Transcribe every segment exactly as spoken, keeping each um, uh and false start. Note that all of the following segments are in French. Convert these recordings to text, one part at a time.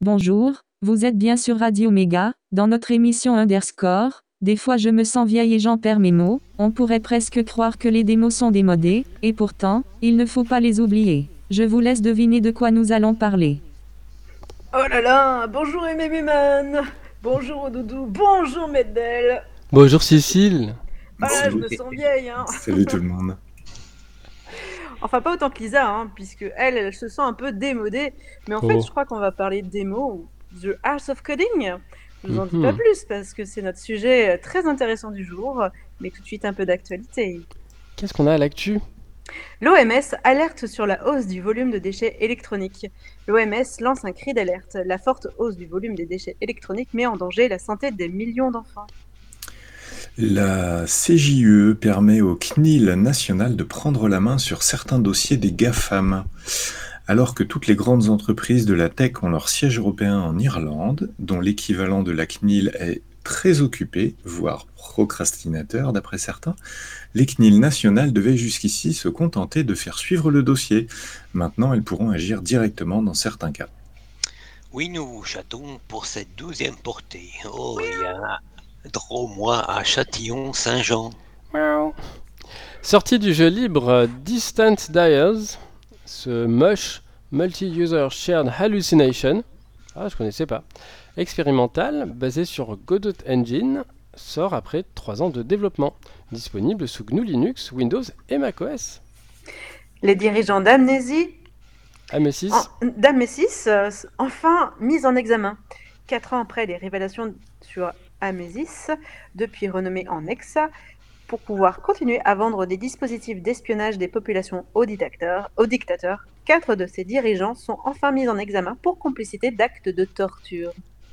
Bonjour, vous êtes bien sur Radio Méga, dans notre émission Underscore. Des fois je me sens vieille et j'en perds mes mots, on pourrait presque croire que les démos sont démodés, et pourtant, il ne faut pas les oublier. Je vous laisse deviner de quoi nous allons parler. Oh là là, bonjour M M Man, bonjour Doudou, bonjour Medel. Bonjour Cécile. Voilà, je me sens vieille, hein. Salut tout le monde. Enfin, pas autant que Lisa, hein, puisque elle, elle se sent un peu démodée. Mais en Oh. fait, je crois qu'on va parler de démo, The Art of Coding. Je vous en dis Mhm. pas plus, parce que c'est notre sujet très intéressant du jour, mais tout de suite un peu d'actualité. Qu'est-ce qu'on a à l'actu? L'O M S alerte sur la hausse du volume de déchets électroniques. L'O M S lance un cri d'alerte. La forte hausse du volume des déchets électroniques met en danger la santé des millions d'enfants. La C J U E permet au C N I L national de prendre la main sur certains dossiers des GAFAM. Alors que toutes les grandes entreprises de la tech ont leur siège européen en Irlande, dont l'équivalent de la C N I L est très occupé, voire procrastinateur d'après certains, les C N I L nationales devaient jusqu'ici se contenter de faire suivre le dossier. Maintenant, elles pourront agir directement dans certains cas. Oui, nous chattons pour cette douzième portée. Oh, il y a trois mois à Châtillon-Saint-Jean. Miaou. Sortie du jeu libre Distant Dials, ce Mush Multi-User Shared Hallucination, ah je connaissais pas, expérimental basé sur Godot Engine, sort après trois ans de développement, disponible sous G N U Linux, Windows et macOS. Les dirigeants d'Amnésie Amesis, En- D'Amesis, euh, enfin mis en examen. Quatre ans après les révélations sur Amesis, depuis renommé en Nexa, pour pouvoir continuer à vendre des dispositifs d'espionnage des populations aux dictateurs, aux dictateurs, quatre de ces dirigeants sont enfin mis en examen pour complicité d'actes de torture.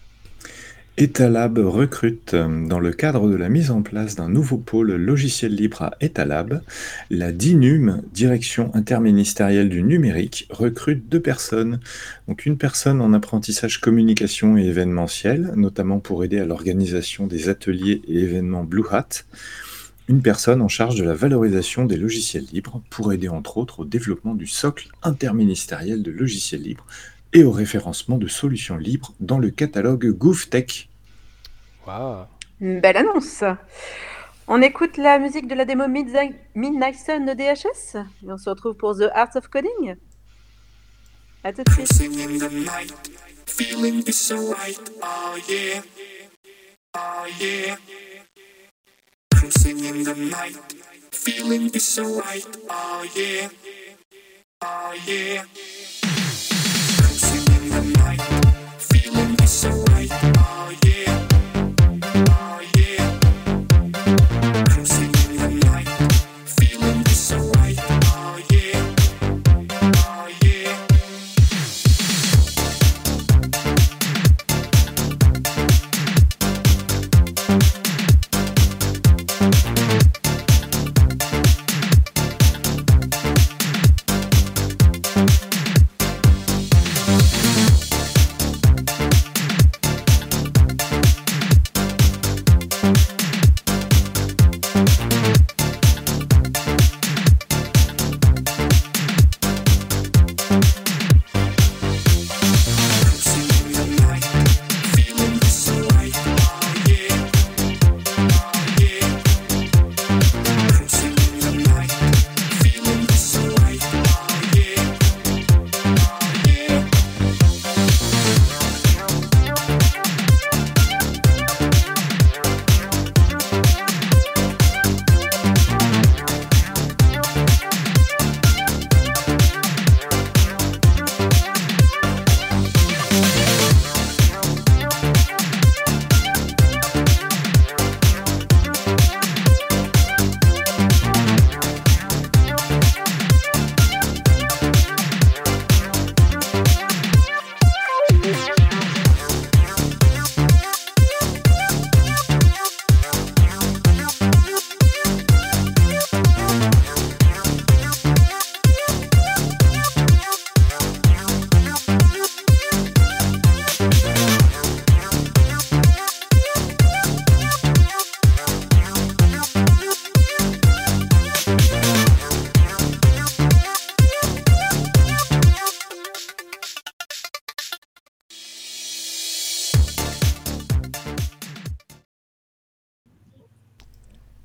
Etalab recrute. Dans le cadre de la mise en place d'un nouveau pôle logiciel libre à Etalab, la D I N U M, Direction interministérielle du numérique, recrute deux personnes. Donc une personne en apprentissage communication et événementiel, notamment pour aider à l'organisation des ateliers et événements Blue Hat. Une personne en charge de la valorisation des logiciels libres pour aider entre autres au développement du socle interministériel de logiciels libres et au référencement de solutions libres dans le catalogue GouffTech. waouh. Une belle annonce. On écoute la musique de la démo Midnight Midnight Sun de D H S et on se retrouve pour The Art of Coding. À tout de suite. Cruising in the night, feeling is so right. Oh yeah, oh yeah. Cruising in the night, feeling is so right. Oh yeah, oh yeah. Cruising in the night, feeling is so right. Oh yeah, oh yeah. Cruising in the night, feeling is so right. Oh yeah, oh yeah.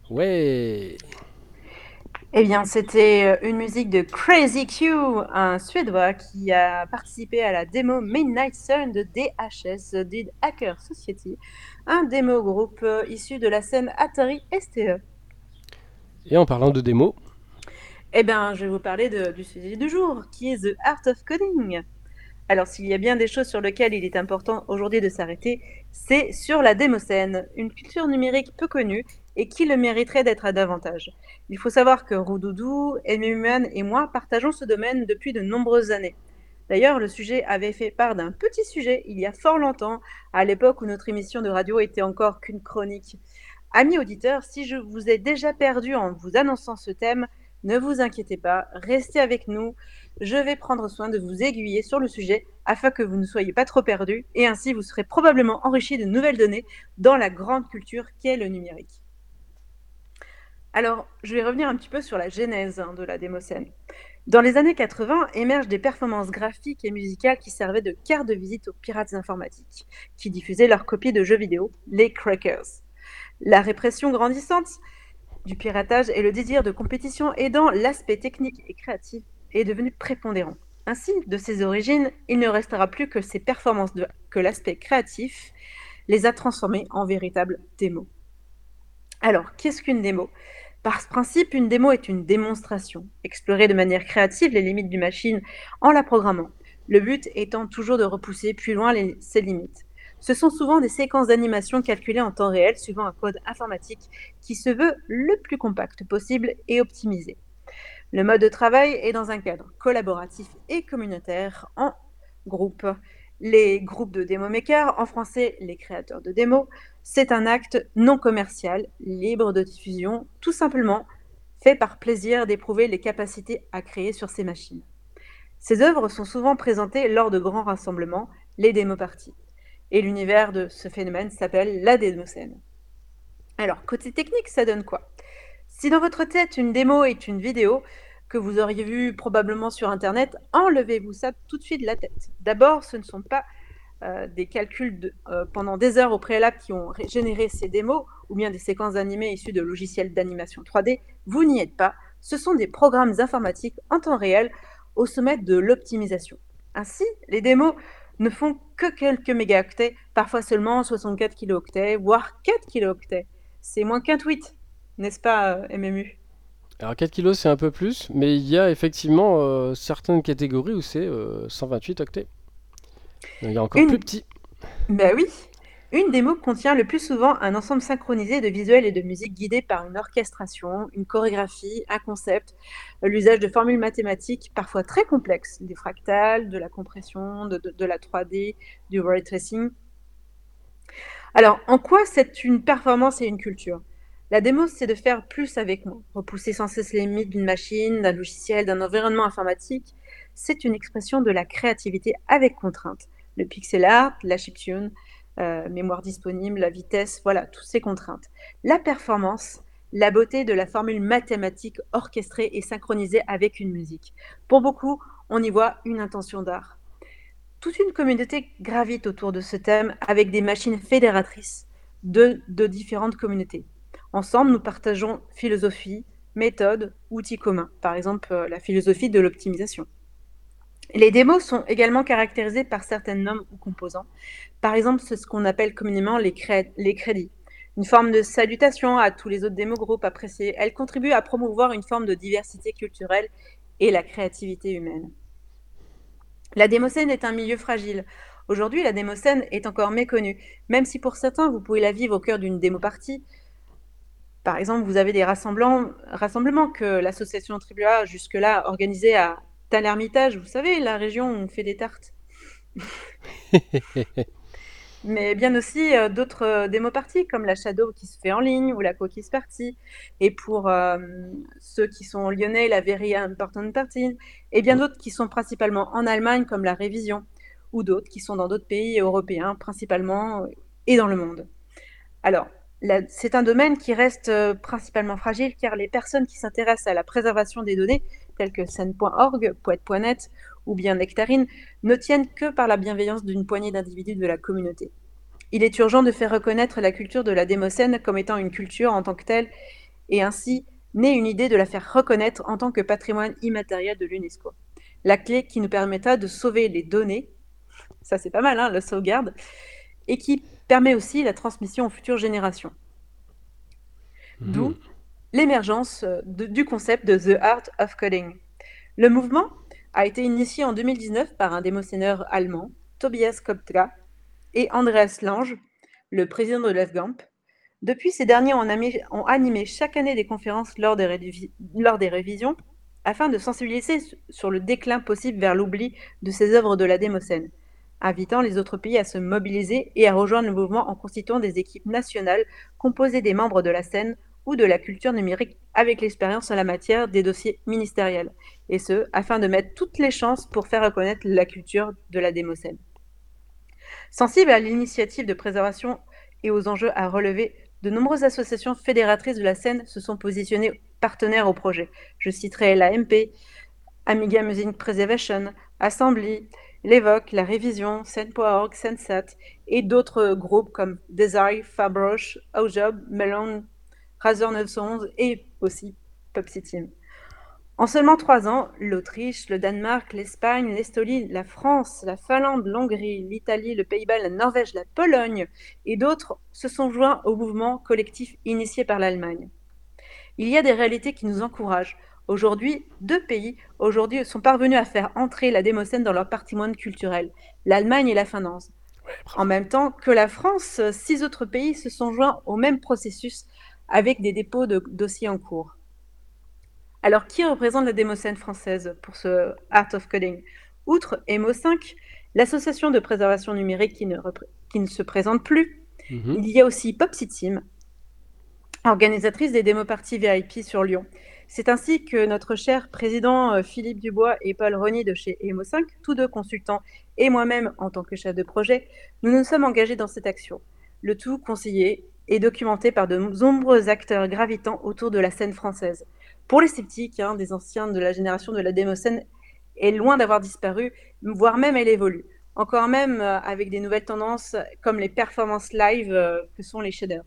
Ouais. Eh bien, c'était euh, une musique de Crazy Q, un Suédois qui a participé à la démo Midnight Sun de D H S, Did Hacker Society, un démo groupe euh, issu de la scène Atari S T E. Et en parlant de démo, Eh bien, je vais vous parler de- du sujet du jour, qui est The Art of Coding. Alors, s'il y a bien des choses sur lesquelles il est important aujourd'hui de s'arrêter, c'est sur la démocène, une culture numérique peu connue et qui le mériterait d'être à davantage. Il faut savoir que Roudoudou, Emuman et moi partageons ce domaine depuis de nombreuses années. D'ailleurs, le sujet avait fait part d'un petit sujet il y a fort longtemps, à l'époque où notre émission de radio était encore qu'une chronique. Amis auditeurs, si je vous ai déjà perdu en vous annonçant ce thème, ne vous inquiétez pas, restez avec nous. Je vais prendre soin de vous aiguiller sur le sujet afin que vous ne soyez pas trop perdus et ainsi vous serez probablement enrichis de nouvelles données dans la grande culture qu'est le numérique. Alors, je vais revenir un petit peu sur la genèse hein, de la démocène. Dans les années quatre-vingts émergent des performances graphiques et musicales qui servaient de carte de visite aux pirates informatiques, qui diffusaient leurs copies de jeux vidéo, les crackers. La répression grandissante du piratage et le désir de compétition aidant l'aspect technique et créatif est devenu prépondérant. Ainsi, de ses origines, il ne restera plus que ses performances de, que l'aspect créatif les a transformées en véritables démos. Alors, qu'est-ce qu'une démo ? Par ce principe, une démo est une démonstration, explorer de manière créative les limites d'une machine en la programmant, le but étant toujours de repousser plus loin les, ses limites. Ce sont souvent des séquences d'animation calculées en temps réel suivant un code informatique qui se veut le plus compact possible et optimisé. Le mode de travail est dans un cadre collaboratif et communautaire en groupe. Les groupes de démo makers, en français les créateurs de démos, c'est un acte non commercial, libre de diffusion, tout simplement fait par plaisir d'éprouver les capacités à créer sur ces machines. Ces œuvres sont souvent présentées lors de grands rassemblements, les démo-parties. Et l'univers de ce phénomène s'appelle la démocène. Alors, côté technique, ça donne quoi ? Si dans votre tête, une démo est une vidéo que vous auriez vue probablement sur Internet, enlevez-vous ça tout de suite de la tête. D'abord, ce ne sont pas euh, des calculs de, euh, pendant des heures au préalable qui ont généré ces démos, ou bien des séquences animées issues de logiciels d'animation trois D. Vous n'y êtes pas. Ce sont des programmes informatiques en temps réel au sommet de l'optimisation. Ainsi, les démos ne font que quelques mégaoctets, parfois seulement soixante-quatre kilooctets, voire quatre kilooctets. C'est moins qu'un tweet, n'est-ce pas, M M U ? alors quatre kilos c'est un peu plus, mais il y a effectivement euh, certaines catégories où c'est euh, cent vingt-huit octets. Il y a encore Une... plus petit. Ben oui. Une démo contient le plus souvent un ensemble synchronisé de visuels et de musique guidés par une orchestration, une chorégraphie, un concept, l'usage de formules mathématiques parfois très complexes, des fractales, de la compression, de, de, de la trois D, du ray tracing. Alors, en quoi c'est une performance et une culture ? La démo, c'est de faire plus avec moins, repousser sans cesse les limites d'une machine, d'un logiciel, d'un environnement informatique. C'est une expression de la créativité avec contrainte. Le pixel art, la chiptune, euh, mémoire disponible, la vitesse, voilà, toutes ces contraintes. La performance, la beauté de la formule mathématique orchestrée et synchronisée avec une musique. Pour beaucoup, on y voit une intention d'art. Toute une communauté gravite autour de ce thème avec des machines fédératrices de, de différentes communautés. Ensemble, nous partageons philosophie, méthode, outils communs, par exemple euh, la philosophie de l'optimisation. Les démos sont également caractérisées par certaines normes ou composants. Par exemple, c'est ce qu'on appelle communément les, cré- les crédits. Une forme de salutation à tous les autres démos groupes appréciés. Elle contribue à promouvoir une forme de diversité culturelle et la créativité humaine. La démocène est un milieu fragile. Aujourd'hui, la démocène est encore méconnue, même si pour certains, vous pouvez la vivre au cœur d'une démo-partie. Par exemple, vous avez des rassemblements, rassemblements que l'association Tribua jusque-là organisait à Tel-Hermitage, vous savez, la région où on fait des tartes. Mais bien aussi euh, d'autres euh, démo-parties, comme la Shadow qui se fait en ligne ou la Cookies Party. Et pour euh, ceux qui sont lyonnais, la Very Important Party. Et bien d'autres qui sont principalement en Allemagne, comme la Révision. Ou d'autres qui sont dans d'autres pays européens, principalement, euh, et dans le monde. Alors, là, c'est un domaine qui reste euh, principalement fragile, car les personnes qui s'intéressent à la préservation des données, telles que scène point org, poète point net ou bien Nectarine, ne tiennent que par la bienveillance d'une poignée d'individus de la communauté. Il est urgent de faire reconnaître la culture de la démocène comme étant une culture en tant que telle et ainsi naît une idée de la faire reconnaître en tant que patrimoine immatériel de l'UNESCO. La clé qui nous permettra de sauver les données, ça c'est pas mal, hein, la sauvegarde, et qui permet aussi la transmission aux futures générations. D'où Mhm. l'émergence euh, de- du concept de The Art of Coding. Le mouvement a été initié en deux mille dix-neuf par un démotionneur allemand, Tobias Kopka, et Andreas Lange, le président de l'U F G A M P. Depuis, ces derniers ont animé, ont animé chaque année des conférences lors des, réduvi- lors des révisions afin de sensibiliser sur le déclin possible vers l'oubli de ces œuvres de la démocène, invitant les autres pays à se mobiliser et à rejoindre le mouvement en constituant des équipes nationales composées des membres de la scène ou de la culture numérique avec l'expérience en la matière des dossiers ministériels, et ce, afin de mettre toutes les chances pour faire reconnaître la culture de la démocène. Sensibles à l'initiative de préservation et aux enjeux à relever, de nombreuses associations fédératrices de la scène se sont positionnées partenaires au projet. Je citerai l'A M P, Amiga Music Preservation, Assembly, l'Evoque, La Révision, scène point org, Sensat et d'autres groupes comme Desire, Fabroche, Aujob, Melon, Razor neuf cent onze et aussi Popsy Team. En seulement trois ans, l'Autriche, le Danemark, l'Espagne, l'Estonie, la France, la Finlande, l'Hongrie, l'Italie, le Pays-Bas, la Norvège, la Pologne et d'autres se sont joints au mouvement collectif initié par l'Allemagne. Il y a des réalités qui nous encouragent. Aujourd'hui, deux pays aujourd'hui sont parvenus à faire entrer la démocène dans leur patrimoine culturel, l'Allemagne et la Finlande. Ouais, bravo. En même temps que la France, six autres pays se sont joints au même processus avec des dépôts de dossiers en cours. Alors, qui représente la démocène française pour ce Art of Coding? Outre E M O cinq, l'association de préservation numérique qui ne, repré- qui ne se présente plus, Mhm. il y a aussi Popsy Team, organisatrice des démo-parties V I P sur Lyon. C'est ainsi que notre cher président euh, Philippe Dubois et Paul Rony de chez E M O cinq, tous deux consultants, et moi-même en tant que chef de projet, nous nous sommes engagés dans cette action. Le tout conseillé et documenté par de nombreux acteurs gravitant autour de la scène française. Pour les sceptiques, hein, des anciens de la génération de la démocène est loin d'avoir disparu, voire même elle évolue. Encore même euh, avec des nouvelles tendances comme les performances live euh, que sont les shaders.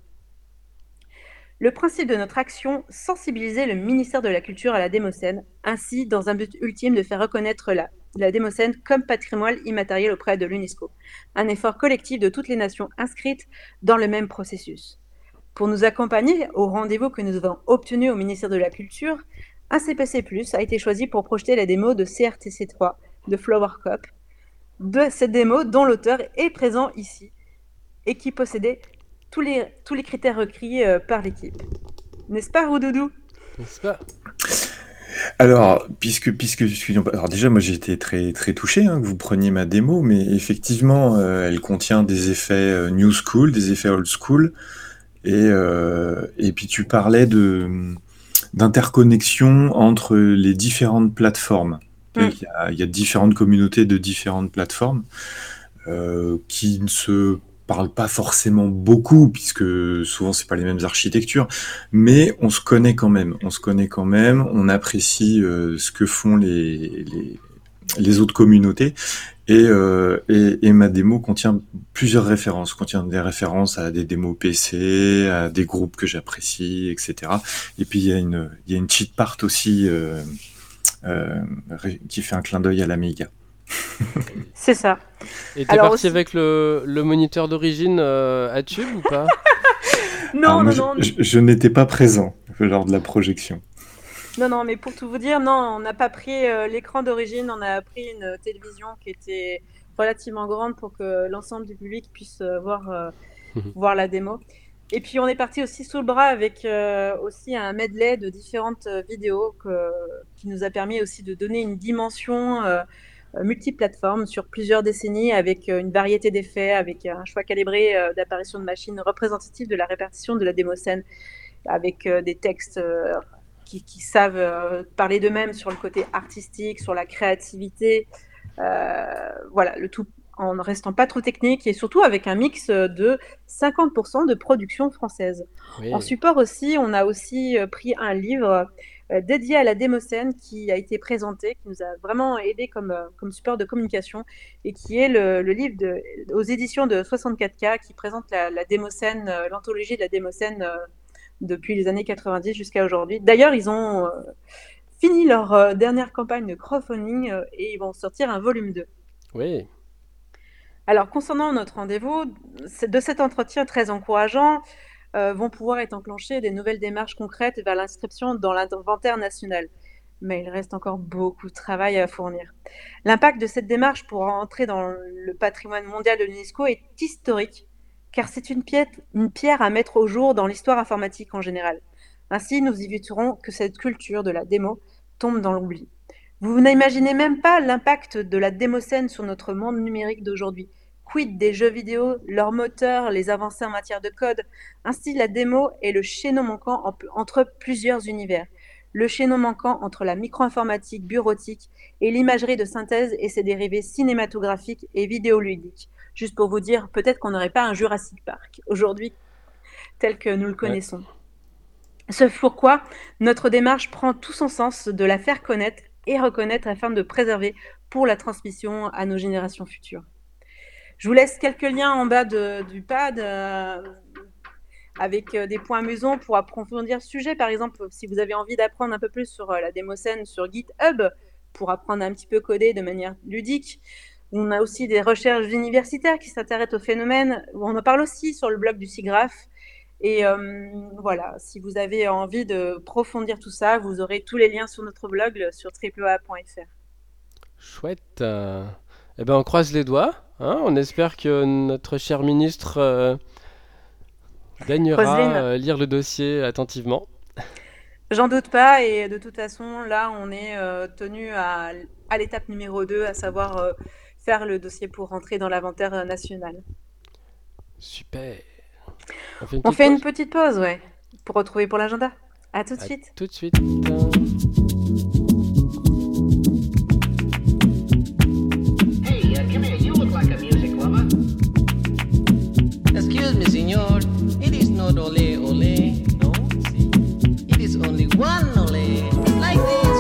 Le principe de notre action, sensibiliser le ministère de la Culture à la démocène, ainsi dans un but ultime de faire reconnaître la, la démocène comme patrimoine immatériel auprès de l'UNESCO. Un effort collectif de toutes les nations inscrites dans le même processus. Pour nous accompagner au rendez-vous que nous avons obtenu au ministère de la Culture, un C P C plus, a été choisi pour projeter la démo de C R T C trois de Flower Cup, de cette démo dont l'auteur est présent ici et qui possédait tous les, tous les critères requis euh, par l'équipe. N'est-ce pas, Roudoudou? N'est-ce pas? Alors, puisque, puisque je suis... Alors déjà, moi j'ai été très, très touché hein, que vous preniez ma démo, mais effectivement, euh, elle contient des effets euh, new school, des effets old school, et, euh, et puis tu parlais de d'interconnexion entre les différentes plateformes. Mm. Il y a, il y a différentes communautés de différentes plateformes euh, qui ne se parlent pas forcément beaucoup, puisque souvent c'est pas les mêmes architectures, mais on se connaît quand même. On se connaît quand même, on apprécie euh, ce que font les, les, les autres communautés. Et, euh, et, et ma démo contient plusieurs références, contient des références à des démos P C, à des groupes que j'apprécie, et cetera. Et puis il y a une, il y a une cheat part aussi euh, euh, qui fait un clin d'œil à l'Amiga. C'est ça. Et t'es Alors parti aussi- avec le, le moniteur d'origine euh, à tube ou pas? Non, Alors, moi, non, non, je, je- je n'étais pas présent lors de la projection. non, non, mais pour tout vous dire, non, on n'a pas pris euh, l'écran d'origine, on a pris une télévision qui était relativement grande pour que l'ensemble du public puisse euh, voir, euh, voir la démo. Et puis on est parti aussi sous le bras avec euh, aussi un medley de différentes euh, vidéos que- qui nous a permis aussi de donner une dimension euh, euh, multiplateforme sur plusieurs décennies avec euh, une variété d'effets, avec un choix calibré euh, d'apparition de machines représentatives de la répartition de la démocène, avec euh, des textes euh, qui, qui savent euh, parler d'eux-mêmes sur le côté artistique, sur la créativité, euh, voilà, le tout en ne restant pas trop technique et surtout avec un mix de cinquante pour cent de production française. Oui. En support aussi, on a aussi euh, pris un livre euh, dédié à la démocène qui a été présenté, qui nous a vraiment aidé comme, euh, comme support de communication et qui est le, le livre de, aux éditions de soixante-quatre K qui présente la, la démocène, euh, l'anthologie de la démocène euh, depuis les années quatre-vingt-dix jusqu'à aujourd'hui. D'ailleurs, ils ont euh, fini leur euh, dernière campagne de crowdfunding euh, et ils vont sortir un volume deux. Oui. Alors, concernant notre rendez-vous, c'est- de cet entretien très encourageant, euh, vont pouvoir être enclenchées des nouvelles démarches concrètes vers l'inscription dans l'inventaire national. Mais il reste encore beaucoup de travail à fournir. L'impact de cette démarche pour entrer dans le patrimoine mondial de l'UNESCO est historique, car c'est une pierre, une pierre à mettre au jour dans l'histoire informatique en général. Ainsi, nous éviterons que cette culture de la démo tombe dans l'oubli. Vous n'imaginez même pas l'impact de la démocène sur notre monde numérique d'aujourd'hui. Quid des jeux vidéo, leurs moteurs, les avancées en matière de code. Ainsi, la démo est le chaînon manquant en- entre plusieurs univers. Le chaînon manquant entre la micro-informatique bureautique et l'imagerie de synthèse et ses dérivés cinématographiques et vidéoludiques. Juste pour vous dire, peut-être qu'on n'aurait pas un Jurassic Park aujourd'hui tel que nous le Ouais. connaissons. Ce pourquoi notre démarche prend tout son sens de la faire connaître et reconnaître afin de préserver pour la transmission à nos générations futures. Je vous laisse quelques liens en bas de- du pad euh, avec euh, des points amusants pour approfondir le sujet. Par exemple, si vous avez envie d'apprendre un peu plus sur euh, la démocène sur GitHub, pour apprendre un petit peu coder de manière ludique. On a aussi des recherches universitaires qui s'intéressent au phénomène. On en parle aussi sur le blog du SIGGRAPH. Et euh, voilà, si vous avez envie de approfondir tout ça, vous aurez tous les liens sur notre blog sur triple a point f r. Chouette. euh. Eh ben, on croise les doigts. Hein, on espère que notre cher ministre euh, daignera Roselyne, euh, lire le dossier attentivement. j'en doute pas. Et de toute façon, là, on est euh, tenu à, à l'étape numéro deux, à savoir euh, faire le dossier pour rentrer dans l'inventaire euh, national. Super. On fait une On petite fait une pause petite pause, ouais, pour retrouver pour l'agenda. À tout de À suite. tout de suite. Hey, uh, come here. You look like a music lover. Excuse me, senor. It is not ole ole. No, see. It is only one ole. Like this.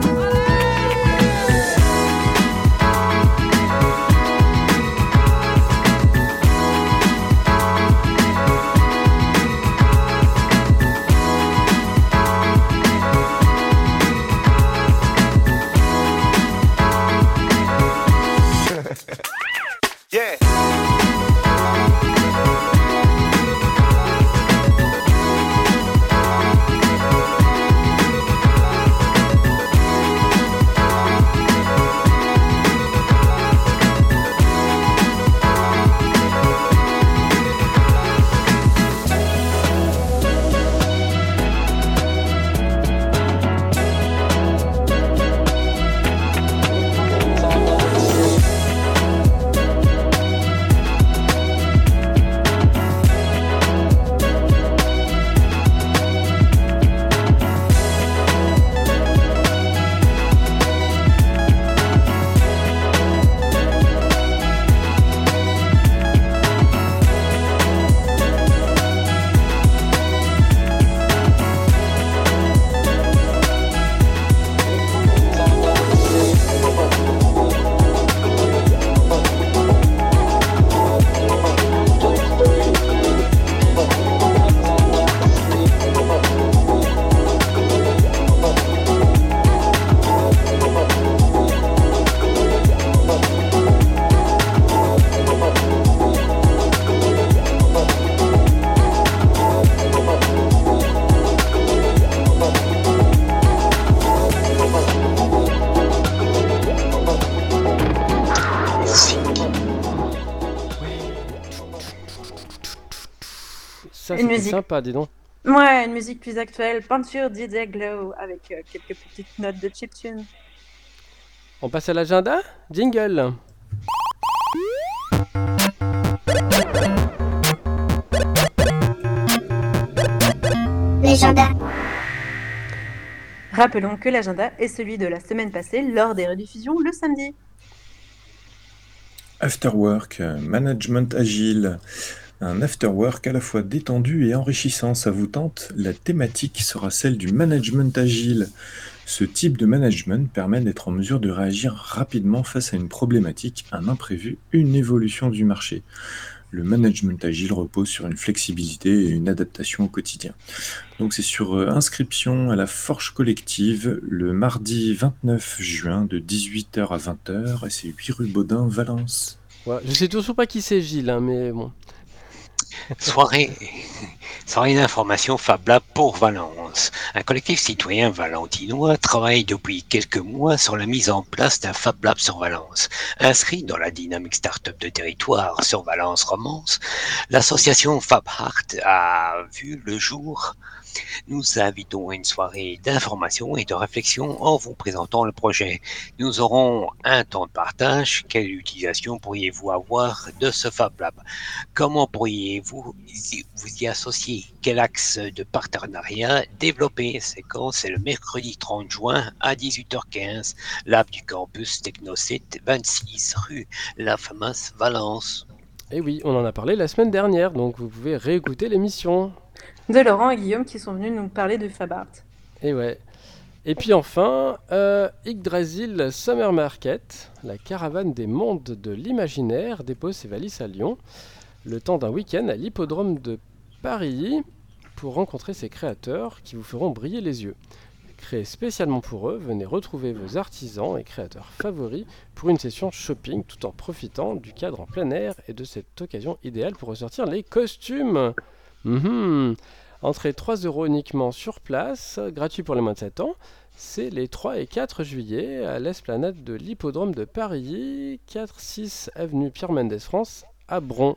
Yeah. Ça, Une c'était musique. sympa, dis donc. Ouais, une musique plus actuelle, peinture D J Glow, avec euh, quelques petites notes de chiptune. On passe à l'agenda. Jingle. L'agenda. Rappelons que l'agenda est celui de la semaine passée lors des rediffusions le samedi. Afterwork, euh, management agile. Un afterwork à la fois détendu et enrichissant, ça vous tente? La thématique sera celle du management agile. Ce type de management permet d'être en mesure de réagir rapidement face à une problématique, un imprévu, une évolution du marché. Le management agile repose sur une flexibilité et une adaptation au quotidien. Donc c'est sur euh, inscription à la Forge Collective le mardi vingt-neuf juin de dix-huit heures à vingt heures et c'est huit rue Baudin, Valence. Ouais, je sais toujours pas qui c'est Gilles, hein, mais bon. Soirée, soirée d'information Fab Lab pour Valence. Un collectif citoyen valentinois travaille depuis quelques mois sur la mise en place d'un Fab Lab sur Valence. Inscrit dans la dynamique start-up de territoire sur Valence Romance, l'association Fab Heart a vu le jour. Nous invitons à une soirée d'information et de réflexion en vous présentant le projet. Nous aurons un temps de partage. Quelle utilisation pourriez-vous avoir de ce Fab Lab? Comment pourriez-vous vous y associer? Quel axe de partenariat développer? C'est quand? C'est le mercredi trente juin à dix-huit heures quinze, Lab du campus Technosite, vingt-six rue La Fameuse Valence. Et oui, on en a parlé la semaine dernière, donc vous pouvez réécouter l'émission. De Laurent et Guillaume qui sont venus nous parler de Fab Art. Et ouais. Et puis enfin, euh, Yggdrasil Summer Market, la caravane des mondes de l'imaginaire, dépose ses valises à Lyon, le temps d'un week-end à l'hippodrome de Paris, pour rencontrer ses créateurs qui vous feront briller les yeux. Créé spécialement pour eux, venez retrouver vos artisans et créateurs favoris pour une session shopping tout en profitant du cadre en plein air et de cette occasion idéale pour ressortir les costumes. Mmh. Entrée trois euros uniquement sur place, gratuit pour les moins de sept ans. C'est les trois et quatre juillet à l'esplanade de l'hippodrome de Paris, quatre six avenue Pierre Mendès France, à Bron.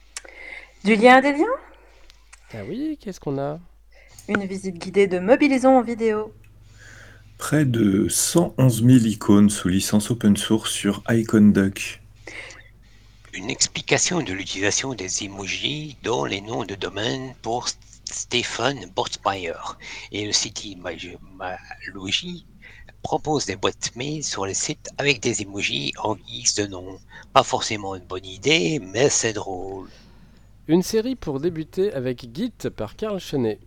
Du lien à des liens? Ah oui, qu'est-ce qu'on a? Une visite guidée de Mobilisons en vidéo. Près de cent onze mille icônes sous licence open source sur IconDuck. Une explication de l'utilisation des emojis dans les noms de domaine pour Stéphane Bortmeyer. Et le site Imagologie propose des boîtes mail sur le site avec des emojis en guise de nom. Pas forcément une bonne idée, mais c'est drôle. Une série pour débuter avec Git par Carl Chenet.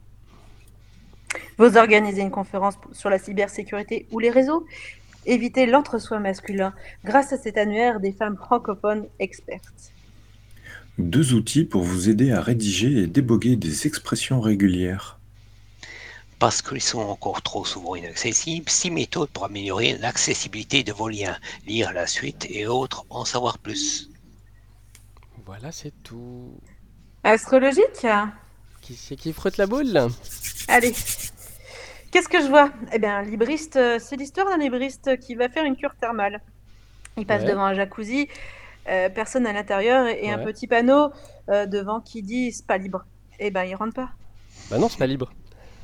Vous organisez une conférence sur la cybersécurité ou les réseaux? Évitez l'entre-soi masculin grâce à cet annuaire des femmes francophones expertes. Deux outils pour vous aider à rédiger et déboguer des expressions régulières. Parce qu'ils sont encore trop souvent inaccessibles, six méthodes pour améliorer l'accessibilité de vos liens, lire la suite et autres, en savoir plus. Voilà, c'est tout. Astrologique? Qui c'est qui frotte la boule? Allez. Qu'est-ce que je vois? Eh bien, libriste, euh, c'est l'histoire d'un libriste qui va faire une cure thermale. Il passe Ouais. devant un jacuzzi, euh, personne à l'intérieur et un Ouais. petit panneau euh, devant qui dit c'est pas libre. Eh ben, il rentre pas. Bah non, c'est pas libre.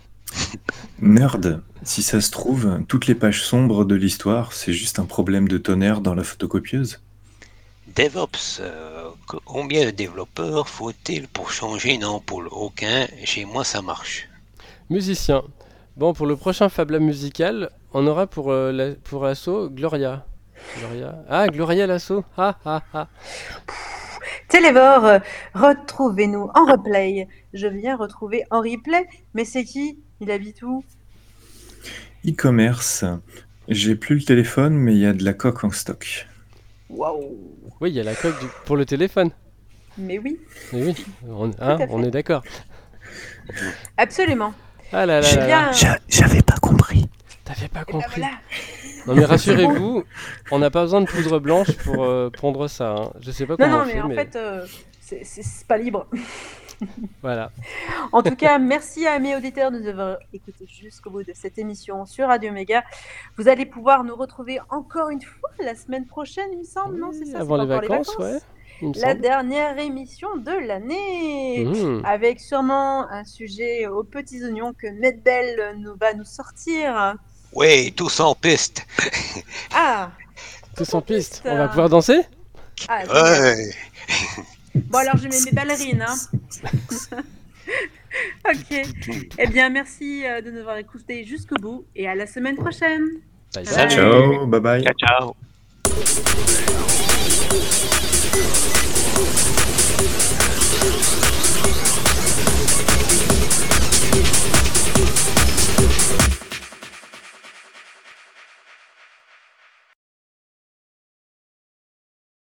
Nerd, si ça se trouve, toutes les pages sombres de l'histoire, c'est juste un problème de tonnerre dans la photocopieuse. DevOps, euh, combien de développeurs faut-il pour changer une ampoule? Aucun, chez moi ça marche. Musicien. Bon, pour le prochain Fab Lab musical, on aura pour, euh, la, pour l'assaut Gloria. Gloria. Ah, Gloria l'assaut. Ah, ah, ah. Télévore, euh, retrouvez-nous en replay. Je viens retrouver en replay, mais c'est qui? Il habite où? E-commerce, j'ai plus le téléphone, mais il y a de la coque en stock. Waouh! Oui, il y a la coque du- pour le téléphone. Mais oui, Mais oui, on, hein, à fait. on est d'accord. absolument. Ah là là Eh là là. bien, J'a- J'avais pas compris. T'avais pas eh ben compris. voilà. Non mais rassurez-vous, on n'a pas besoin de poudre blanche pour euh, pondre ça. Hein. Je sais pas Non, comment non, on mais fait, en mais fait, euh, c'est- c'est c'est pas libre. voilà. En tout cas, merci à mes auditeurs de nous avoir écoutés jusqu'au bout de cette émission sur Radio Méga. Vous allez pouvoir nous retrouver encore une fois la semaine prochaine, il me semble, non? C'est Oui, ça, avant c'est les pas vacances, encore ouais. Il me La semble. dernière émission de l'année, Mmh. avec sûrement un sujet aux petits oignons que Medbel nous va nous sortir. Ouais, tous en piste. Ah, Tous en piste. piste. On va pouvoir danser? ah génial. Ouais. Bon, alors je mets mes ballerines. Hein. Ok. Eh bien, merci euh, de nous avoir écoutés jusqu'au bout et à la semaine prochaine. Bye, Salut. Ciao, bye bye. Ciao, ciao.